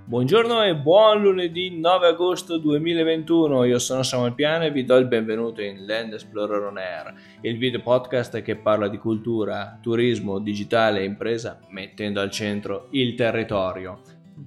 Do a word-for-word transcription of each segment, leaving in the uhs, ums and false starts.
Buongiorno e buon lunedì nove agosto duemilaventuno, io sono Samuel Piano e vi do il benvenuto in Land Explorer On Air, il video podcast che parla di cultura, turismo, digitale e impresa mettendo al centro il territorio.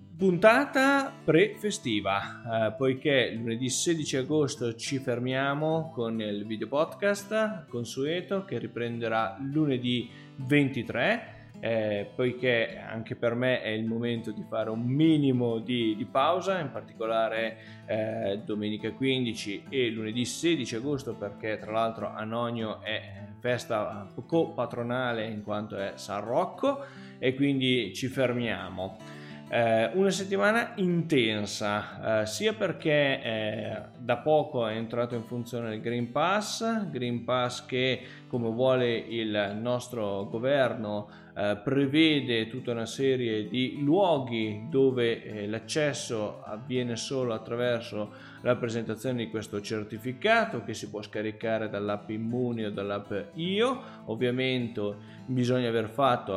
Puntata pre-festiva, eh, poiché lunedì sedici agosto ci fermiamo con il video podcast consueto che riprenderà lunedì ventitré. Eh, poiché anche per me è il momento di fare un minimo di, di pausa, in particolare eh, domenica quindici e lunedì sedici agosto, perché tra l'altro a Nogno è festa co-patronale in quanto è San Rocco e quindi ci fermiamo. Eh, una settimana intensa, eh, sia perché eh, da poco è entrato in funzione il Green Pass, Green Pass che, come vuole il nostro governo, eh, prevede tutta una serie di luoghi dove eh, l'accesso avviene solo attraverso la presentazione di questo certificato che si può scaricare dall'app Immuni o dall'app Io. Ovviamente bisogna aver fatto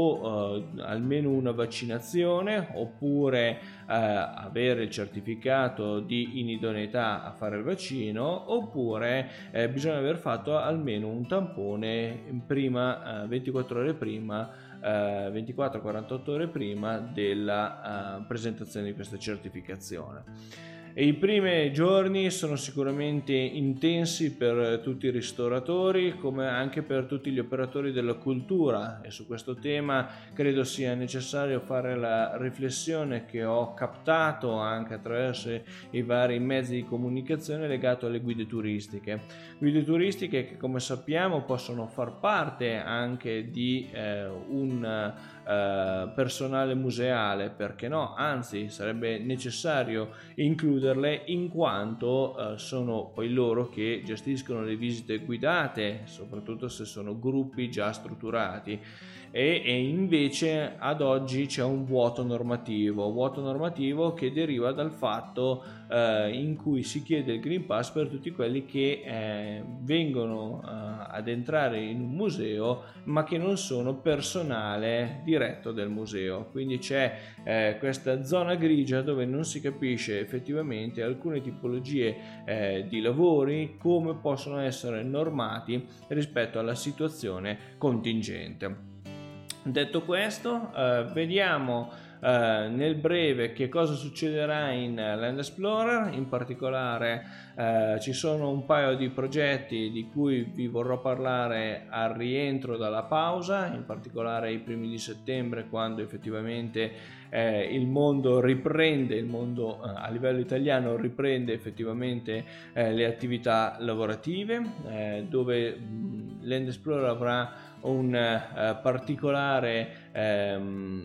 o eh, almeno una vaccinazione oppure eh, avere il certificato di inidoneità a fare il vaccino, oppure eh, bisogna aver fatto almeno un tampone prima, eh, ventiquattro ore prima, eh, ventiquattro quarantotto ore prima della eh, presentazione di questa certificazione. E i primi giorni sono sicuramente intensi per tutti i ristoratori come anche per tutti gli operatori della cultura, e su questo tema credo sia necessario fare la riflessione che ho captato anche attraverso i vari mezzi di comunicazione legato alle guide turistiche. Guide turistiche che, come sappiamo, possono far parte anche di eh, un Uh, personale museale, perché no, anzi sarebbe necessario includerle in quanto uh, sono poi loro che gestiscono le visite guidate, soprattutto se sono gruppi già strutturati. E, e invece ad oggi c'è un vuoto normativo, vuoto normativo che deriva dal fatto eh, in cui si chiede il Green Pass per tutti quelli che eh, vengono eh, ad entrare in un museo ma che non sono personale diretto del museo. Quindi c'è eh, questa zona grigia dove non si capisce effettivamente alcune tipologie eh, di lavori come possono essere normati rispetto alla situazione contingente. Detto questo, eh, vediamo eh, nel breve che cosa succederà in Land Explorer. In particolare eh, ci sono un paio di progetti di cui vi vorrò parlare al rientro dalla pausa, in particolare i primi di settembre, quando effettivamente eh, il mondo riprende, il mondo eh, a livello italiano riprende effettivamente eh, le attività lavorative, eh, dove mh, Land Explorer avrà un eh, particolare ehm,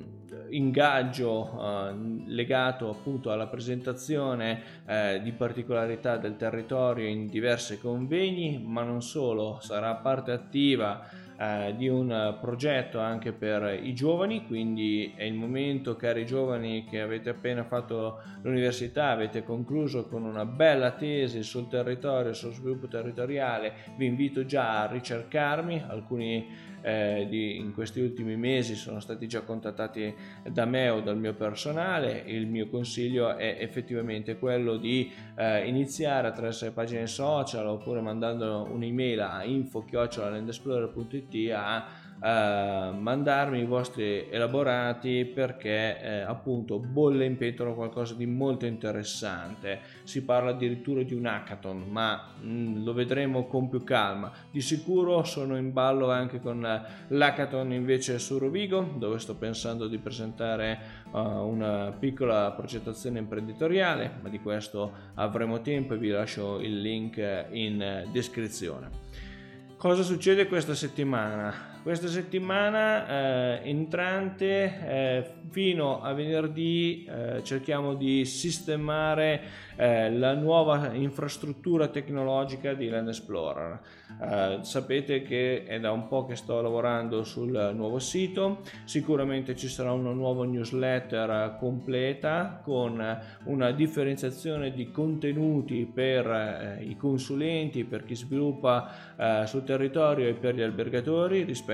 ingaggio eh, legato appunto alla presentazione eh, di particolarità del territorio in diversi convegni, ma non solo, sarà parte attiva eh, di un progetto anche per i giovani. Quindi è il momento, cari giovani che avete appena fatto l'università, avete concluso con una bella tesi sul territorio, sullo sviluppo territoriale, vi invito già a ricercarmi. Alcuni Eh, di, in questi ultimi mesi sono stati già contattati da me o dal mio personale. Il mio consiglio è effettivamente quello di eh, iniziare attraverso le pagine social oppure mandando un'email a info chiocciola landexplorer punto it a Uh, mandarmi i vostri elaborati, perché eh, appunto bolle in pentola qualcosa di molto interessante. Si parla addirittura di un hackathon, ma mh, lo vedremo con più calma. Di sicuro sono in ballo anche con l'hackathon invece su Rovigo, dove sto pensando di presentare uh, una piccola progettazione imprenditoriale, ma di questo avremo tempo e vi lascio il link in descrizione. Cosa succede questa settimana? Questa settimana eh, entrante eh, fino a venerdì eh, cerchiamo di sistemare eh, la nuova infrastruttura tecnologica di Land Explorer. Eh, sapete che è da un po' che sto lavorando sul nuovo sito. Sicuramente ci sarà una nuova newsletter completa con una differenziazione di contenuti per eh, i consulenti, per chi sviluppa eh, sul territorio e per gli albergatori rispetto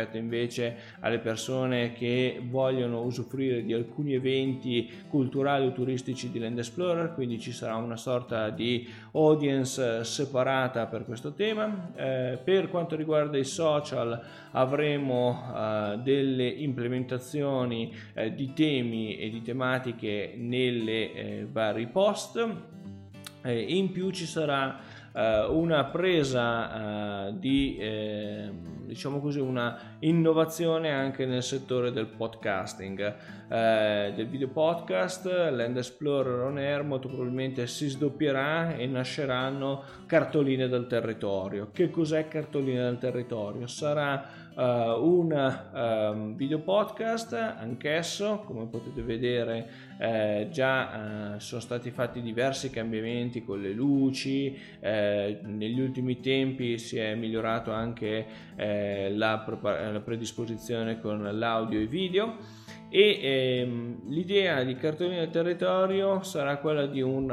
rispetto invece alle persone che vogliono usufruire di alcuni eventi culturali o turistici di Land Explorer, quindi ci sarà una sorta di audience separata per questo tema. Eh, per quanto riguarda i social avremo eh, delle implementazioni eh, di temi e di tematiche nelle eh, vari post. Eh, in più ci sarà eh, una presa eh, di eh, diciamo così una innovazione anche nel settore del podcasting, eh, del video podcast. Land Explorer On Air molto probabilmente si sdoppierà e nasceranno cartoline dal territorio. Che cos'è cartoline dal territorio? Sarà Uh, un uh, video podcast, anch'esso come potete vedere eh, già uh, sono stati fatti diversi cambiamenti con le luci, eh, negli ultimi tempi si è migliorato anche eh, la, pre- la predisposizione con l'audio e video. E ehm, l'idea di Cartolina del Territorio sarà quella di un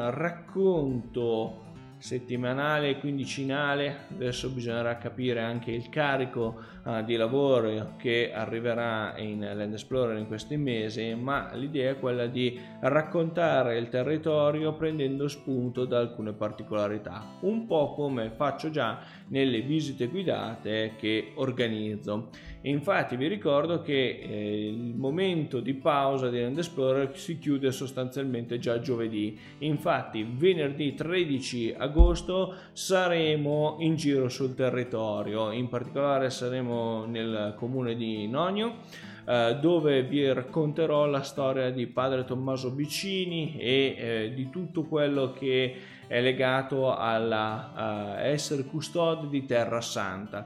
racconto settimanale, quindicinale. Adesso bisognerà capire anche il carico uh, di lavoro che arriverà in Land Explorer in questi mesi, ma l'idea è quella di raccontare il territorio prendendo spunto da alcune particolarità, un po' come faccio già nelle visite guidate che organizzo. Infatti vi ricordo che eh, il momento di pausa di Land Explorer si chiude sostanzialmente già giovedì. Infatti venerdì tredici agosto saremo in giro sul territorio, in particolare saremo nel comune di Nogno, eh, dove vi racconterò la storia di padre Tommaso Bicini e eh, di tutto quello che è legato alla uh, essere custode di Terra Santa.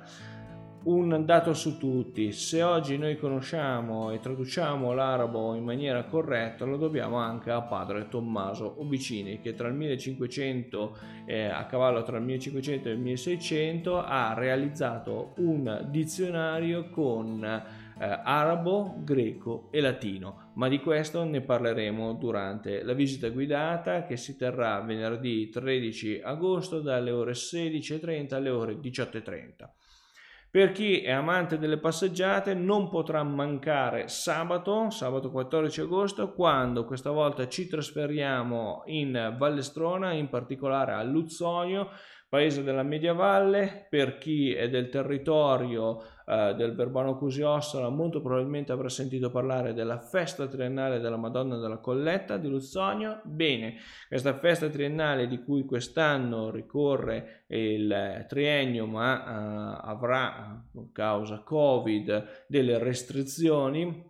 Un dato su tutti: se oggi noi conosciamo e traduciamo l'arabo in maniera corretta, lo dobbiamo anche a padre Tommaso Obicini, che tra il millecinquecento eh, a cavallo tra il millecinquecento e il milleseicento ha realizzato un dizionario con eh, arabo, greco e latino, ma di questo ne parleremo durante la visita guidata che si terrà venerdì tredici agosto dalle ore sedici e trenta alle ore diciotto e trenta. Per chi è amante delle passeggiate non potrà mancare sabato, sabato quattordici agosto, quando questa volta ci trasferiamo in Vallestrona, in particolare a Luzzonio, paese della Mediavalle. Per chi è del territorio eh, del Verbano Cusio-Ossola molto probabilmente avrà sentito parlare della festa triennale della Madonna della Colletta di Luzzonio. Bene, questa festa triennale, di cui quest'anno ricorre il triennio, ma eh, avrà a causa Covid delle restrizioni,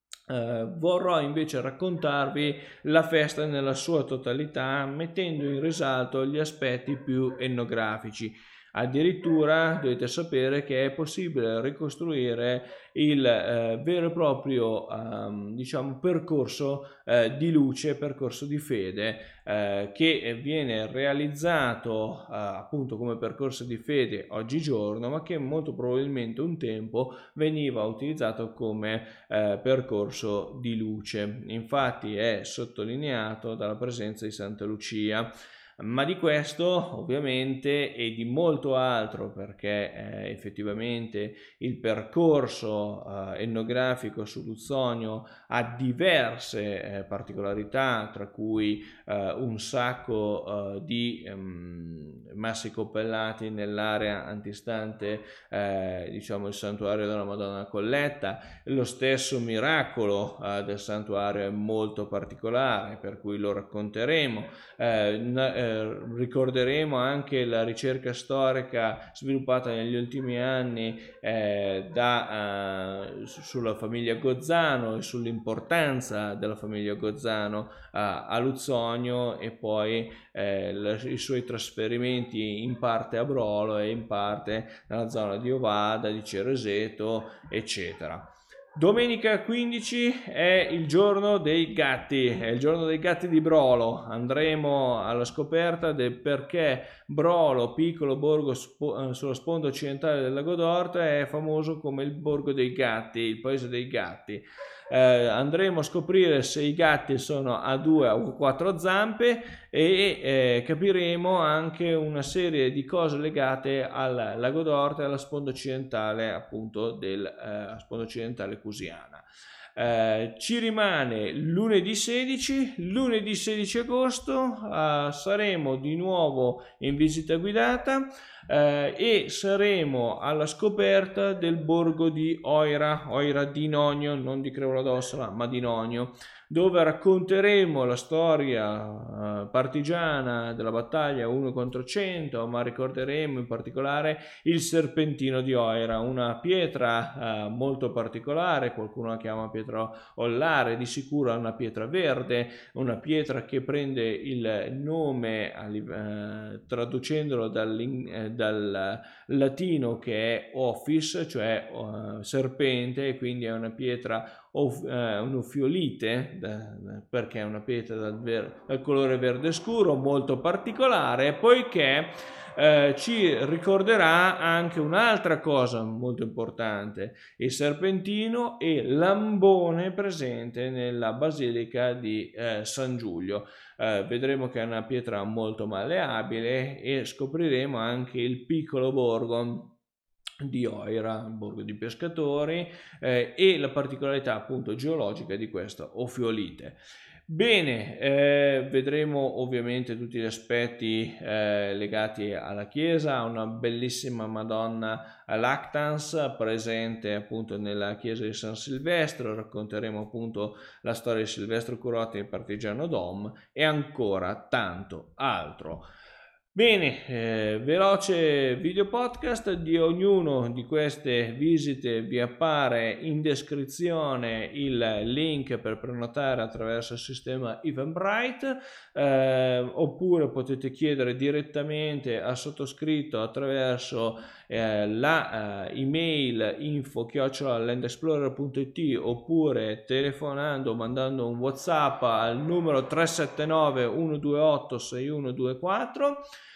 Uh, vorrò invece raccontarvi la festa nella sua totalità, mettendo in risalto gli aspetti più etnografici. Addirittura dovete sapere che è possibile ricostruire il eh, vero e proprio eh, diciamo percorso eh, di luce, percorso di fede eh, che viene realizzato eh, appunto come percorso di fede oggigiorno, ma che molto probabilmente un tempo veniva utilizzato come eh, percorso di luce. Infatti è sottolineato dalla presenza di Santa Lucia. Ma di questo ovviamente e di molto altro, perché eh, effettivamente il percorso eh, etnografico su Luzzonio ha diverse eh, particolarità, tra cui eh, un sacco eh, di ehm, massi coppellati nell'area antistante eh, diciamo il santuario della Madonna Colletta. Lo stesso miracolo eh, del santuario è molto particolare, per cui lo racconteremo. Eh, eh, ricorderemo anche la ricerca storica sviluppata negli ultimi anni eh, da, uh, sulla famiglia Gozzano e sull'importanza della famiglia Gozzano uh, a Luzzonio, e poi eh, le, i suoi trasferimenti in parte a Brolo e in parte nella zona di Ovada, di Cereseto, eccetera. Domenica quindici è il giorno dei gatti, è il giorno dei gatti di Brolo. Andremo alla scoperta del perché Brolo, piccolo borgo spo- sulla sponda occidentale del lago d'Orta, è famoso come il borgo dei gatti, il paese dei gatti. eh, andremo a scoprire se i gatti sono a due o quattro zampe e eh, capiremo anche una serie di cose legate al lago d'Orta e alla sponda occidentale, appunto del eh, sponda occidentale cusiana. Eh, ci rimane lunedì sedici, lunedì sedici agosto eh, saremo di nuovo in visita guidata eh, e saremo alla scoperta del borgo di Oira, Oira di Nonio, non di Crevola d'Ossola ma di Nonio, dove racconteremo la storia eh, partigiana della battaglia uno contro cento, ma ricorderemo in particolare il serpentino di Oira, una pietra eh, molto particolare, qualcuno la chiama pietra ollare, di sicuro è una pietra verde, una pietra che prende il nome eh, traducendolo dal, eh, dal latino che è ophis, cioè eh, serpente, e quindi è una pietra o eh, un'ofiolite perché è una pietra dal, ver- dal colore verde scuro molto particolare, poiché eh, ci ricorderà anche un'altra cosa molto importante: il serpentino e l'ambone presente nella basilica di eh, San Giulio. Eh, vedremo che è una pietra molto malleabile e scopriremo anche il piccolo borgo di Oira, borgo di pescatori, eh, e la particolarità appunto geologica di questa ofiolite. Bene, eh, vedremo ovviamente tutti gli aspetti eh, legati alla chiesa, una bellissima Madonna Lactans presente appunto nella chiesa di San Silvestro, racconteremo appunto la storia di Silvestro Curotti e il partigiano Dom e ancora tanto altro. Bene, eh, veloce video podcast di ognuno di queste visite. Vi appare in descrizione il link per prenotare attraverso il sistema Eventbrite, eh, oppure potete chiedere direttamente al sottoscritto attraverso eh, la eh, email info chiocciola landexplorer punto it, oppure telefonando, mandando un WhatsApp al numero tre sette nove uno due otto sei uno due quattro.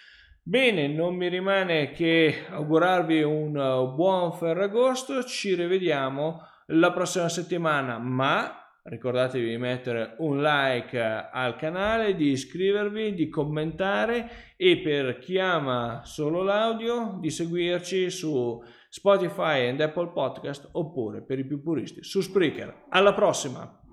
Bene, non mi rimane che augurarvi un buon Ferragosto, ci rivediamo la prossima settimana, ma ricordatevi di mettere un like al canale, di iscrivervi, di commentare e per chi ama solo l'audio di seguirci su Spotify ed Apple Podcast, oppure per i più puristi su Spreaker. Alla prossima!